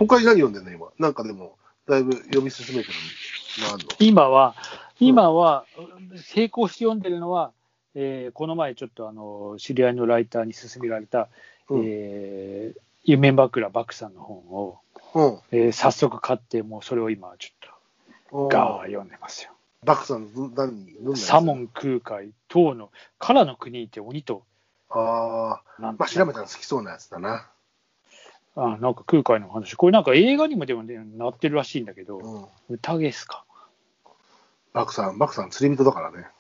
他に何読んでんの今。なんかでも、だいぶ読み進めてるのあんの？ 今は、並行して読んでるのは、この前ちょっと知り合いのライターに勧められた、夢枕漠さんの本を、早速買って、もうそれを今ちょっとガー読んでますよ。 漠さん、 左門空海、唐の唐の国って鬼と。 まあ調べたら好きそうなやつだな。 なんか空海の話、これなんか映画にもでも、ね、なってるらしいんだけど、宴ですか。 漠さん釣り人だからね。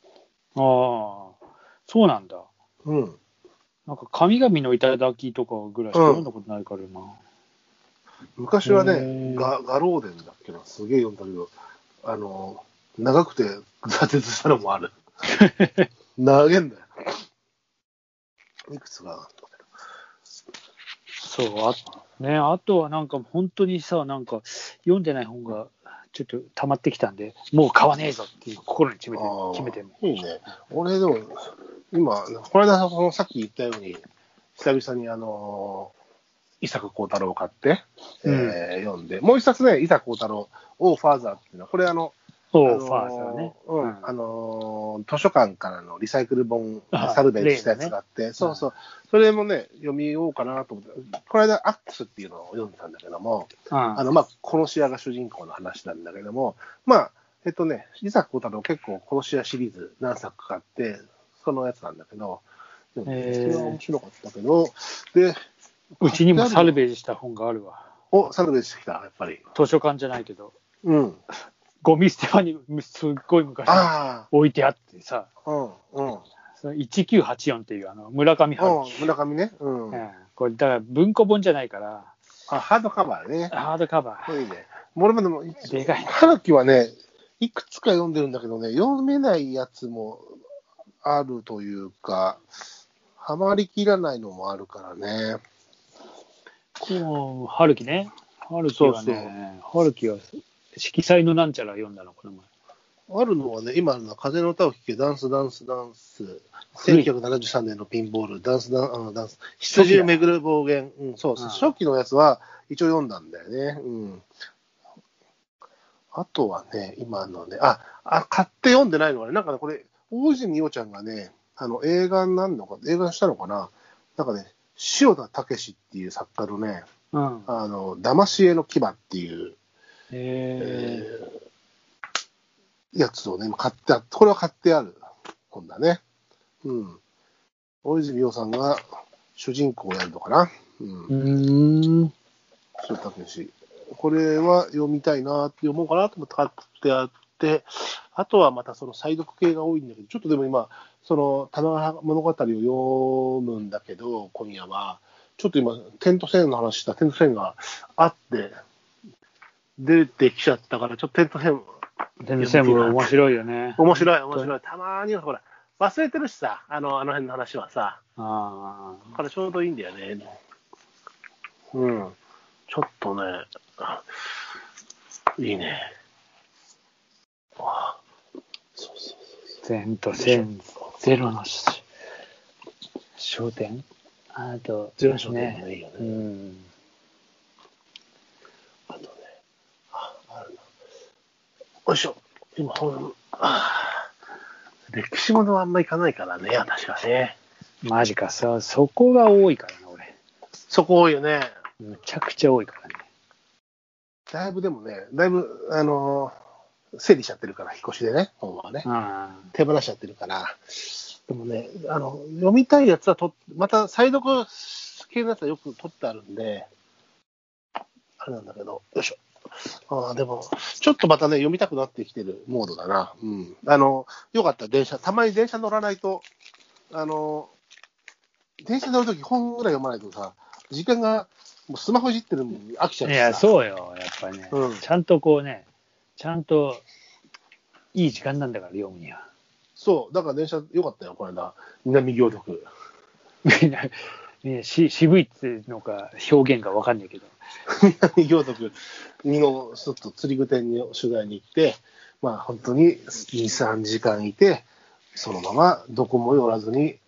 そうなんだ。なんか神々の頂きとかぐらいしか読んだことないからな。 昔はね、ガローデンだっけな、すげえ読んだけど、長くて挫折したのもある。長えんだよ。いくつが。 そう、あとはなんか本当にさ、なんか読んでない本がちょっと溜まってきたんで、もう買わねえぞっていう心に決めてる。 いいね。俺でも、今、この間さっき言ったように、久々に伊坂幸太郎を買って、読んで、もう一冊ね、伊坂幸太郎、オーファーザーっていうのは、これ図書館からのリサイクル本、サルベージしたやつがあって、それもね、読みようかなと思って、この間、アックスっていうのを読んでたんだけども、殺し屋が主人公の話なんだけども、伊坂幸太郎結構殺し屋シリーズ何作かあって、そのやつなんだけど、それは面白かったけど、で、 うちにもサルベージした本があるわ。 サルベージしてきた、やっぱり。 図書館じゃないけど。ゴミ捨て場にすっごい昔置いてあってさ。1984っていう村上春樹。 村上ね。 これだから文庫本じゃないから。 ハードカバーね。 ハードカバー。 いいね。俺もでも、 でかい。 春樹はね、いくつか読んでるんだけどね、読めないやつもあるというか、ハマりきらないのもあるからね。 春樹ね。春樹はね、春樹は色彩のなんちゃら読んだの、この前。あるのはね、今の風の歌を聴け、ダンス。1973年のピンボール、ダンス。羊をめぐる暴言。初期のやつは一応読んだんだよね。あとはね、今のね、買って読んでないのはね、なんかね、これ、大泉洋ちゃんがね、映画したのかな、なんかね、塩田武っていう作家のね、騙し絵の牙っていう、やつをね、これは買ってある本だね。大泉洋さんが主人公をやるのかな。塩田武。これは読みたいなって思うかなと思って買ってあって、あとはまたその再読系が多いんだけど、ちょっとでも今、その玉川物語を読むんだけど、今夜は、ちょっと今、テントセンの話したテントセンがあって、出てきちゃったから、ちょっとテントセンも面白いよね。 面白い。たまにはほら、忘れてるしさ、あの辺の話はさ。これちょうどいいんだよね。ちょっとね、いいね。 テントセンゼロの焦点、あとゼロの焦点もいいよね。あとね、あるな。よいしょ。今歴史ものはあんま行かないからね、私はね。 マジか、そこが多いからな、俺。 そこ多いよね。 むちゃくちゃ多いからね。 だいぶ整理しちゃってるから、引っ越しでね、本はね。手放しちゃってるから。でもね、読みたいやつはまた再読系のやつはよく取ってあるんで、あれなんだけど、よいしょ。でも、ちょっとまたね、読みたくなってきてるモードだな。よかった、たまに電車乗らないと、電車乗るとき本ぐらい読まないとさ、時間が、もうスマホいじってるのに飽きちゃう。 いや、そうよ、やっぱりね。ちゃんといい時間なんだから、読むには。 そう、だから電車よかったよ、この間。南行徳。 渋いっていうのか、表現がわかんないけど。 南行徳のちょっと釣り具店に取材に行って、本当に2、3時間いて、そのままどこも寄らずに。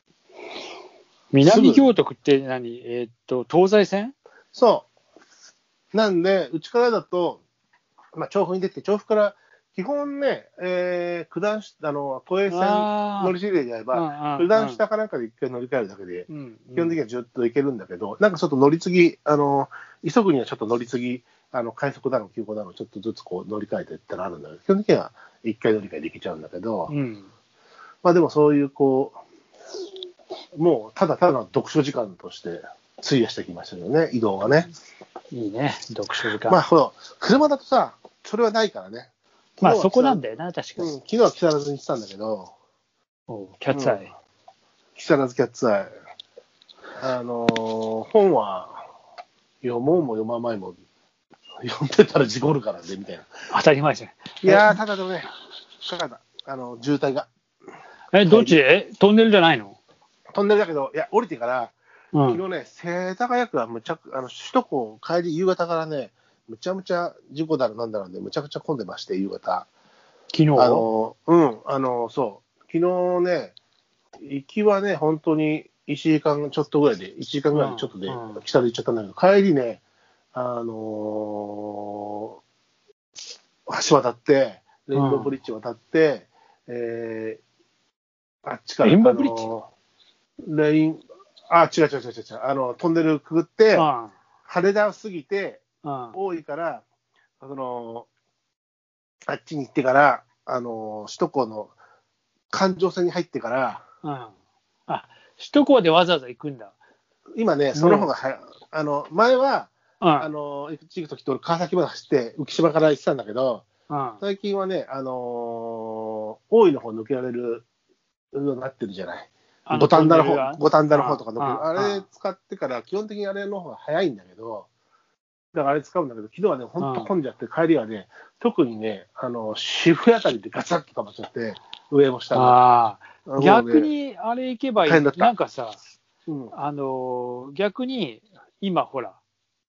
南行徳って何？東西線？ そう。 なんで、うちからだと、まあ、調布に出て、調布から、基本ね、九段下、都営線乗り継いでやれば、九段下かなんかで一回乗り換えるだけで、基本的にはずっと行けるんだけど、なんかちょっと乗り継ぎ、急ぐにはちょっと乗り継ぎ、快速だの、急行だの、ちょっとずつこう乗り換えていったらあるんだけど、基本的には一回乗り換えできちゃうんだけど、まあでもそういうこう、もうただただの読書時間として費やしてきましたよね、移動がね。 いいね、読書時間。 まあ、車だとさ、それはないからね。 まあそこなんだよな、確かに。 昨日は木更津に行ってたんだけど、 キャッツアイ。 木更津キャッツアイ。本は読もうも読まないも読んでたら事故るからね、みたいな。 当たり前じゃん。 いやー、ただでもね、かかった。渋滞が。 どっちトンネルじゃないの？ トンネルだけど、いや、降りてから、昨日ね、世田谷区は首都高帰り夕方からね、むちゃむちゃ事故だろなんだろうね、むちゃくちゃ混んでまして、夕方。 昨日そう。昨日ね、行きはね、本当に1時間ちょっとぐらいで、1時間ぐらいでちょっとで、北で行っちゃったんだけど、帰りね、橋渡って、レインボーブリッジ渡って、あっちから、 レインボーブリッジ違う。トンネルくぐって、羽田を過ぎて、多いから、あっちに行ってから、首都高の環状線に入ってから、 首都高でわざわざ行くんだ。 今ね、その方が前は、行くときって俺、川崎まで走って、浮島から行ってたんだけど、最近はね、大井の方抜けられるようになってるじゃない。五反田の方とか抜ける。あれ使ってから、基本的にあれの方が早いんだけど、だからあれ使うんだけど、昨日はね、ほんと混んじゃって、帰りはね、特にね、渋谷あたりでガチャッとかまっちゃって、上も下も。 逆にあれ行けばいい。なんかさ、 うん、 逆に今ほら、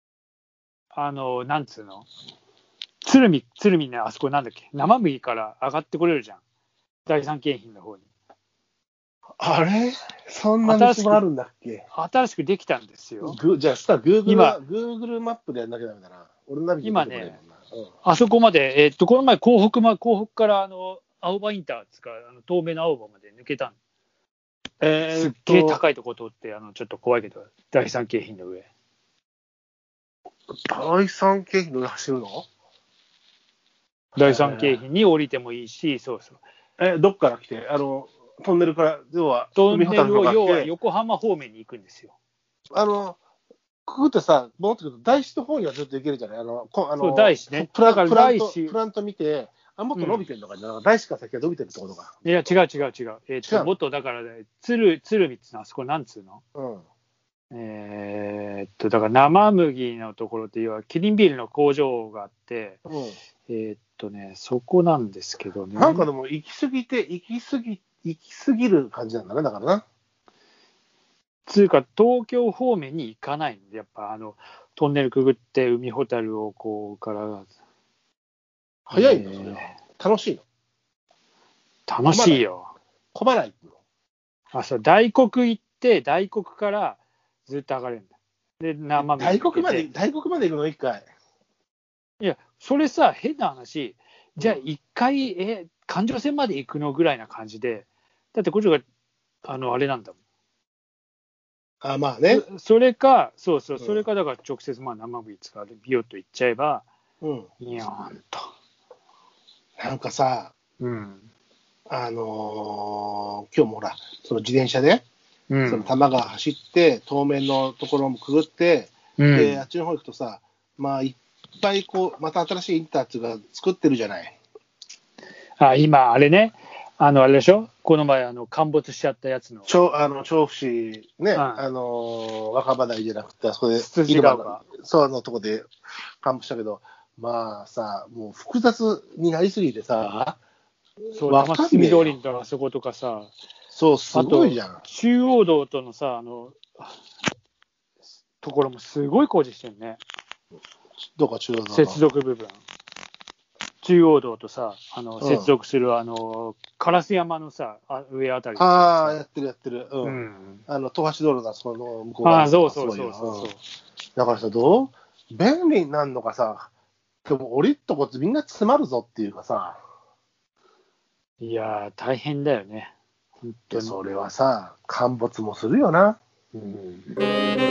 なんつうの、鶴見ね、あそこなんだっけ、生麦から上がってこれるじゃん。第三京浜の方に。 あれそんな道もあるんだっけ？ 新しくできたんですよ。 じゃあ、Google マップでやんなきゃダメだな。俺のナビ今ね、あそこまで、この前、港北から青葉インターつか、東名の青葉まで抜けたの。すっげえ高いとこ通って、ちょっと怖いけど、第三京浜の上。 第三京浜の上走るの？ 第三京浜に降りてもいいし、そうそう。 どっから来て、トンネルから、 トンネルを要は横浜方面に行くんですよ。 くぐってさ、戻ってくると、大師の方にはずっと行けるじゃない？ そう、大師ね。 プラント見て、もっと伸びてるのかな、大師から先は伸びてるってことか。 いや、違う。もっとだから、ね、鶴見っつうの、あそこなんつうの？だから生麦のところっていうのは、キリンビールの工場があって、そこなんですけどね。 なんかでも、行き過ぎる感じなんだね、だからな。 つうか、東京方面に行かないんで、やっぱトンネルくぐって海ほたるをこうから。 早いんだ、それは。楽しいの？楽しいよ。 混まないの？そう、大黒行って、大黒からずっと上がれるんだ。で、生麦。 大黒まで行くの一回。 いや、それさ、変な話、じゃあ一回、環状線まで行くのぐらいな感じで、だってこっちが、あれなんだもん。 まあね。 それか、それかだから直接、生麦使うビヨッと行っちゃえば、いやーんと。 なんかさ、 今日もほら、その自転車で、その多摩川走って、東面のところもくぐって、で、あっちの方行くとさ、まあ、いっぱいこう、また新しいインターっていうか作ってるじゃない。 今、あれね、あれでしょ、この前、陥没しちゃったやつの。 調布市ね、若葉台じゃなくて、あそこで、 羊川が。 そうのとこで陥没したけど、まあさ、もう複雑になりすぎてさ、 そう、玉堤通りのあそことかさ、 そう、すごいじゃん。 中央道とのさ、ところもすごい工事してるね。 どこ中央道？ 接続部分。中央道とさ、接続する、烏山のさ、上あたり。 やってる。東橋道路だ、その向こう側。 そう。 だからさ、どう便利になるのかさ、でも降りっとこってみんな詰まるぞっていうかさ、 いやー、大変だよね。本当に。 それはさ、陥没もするよな。 うん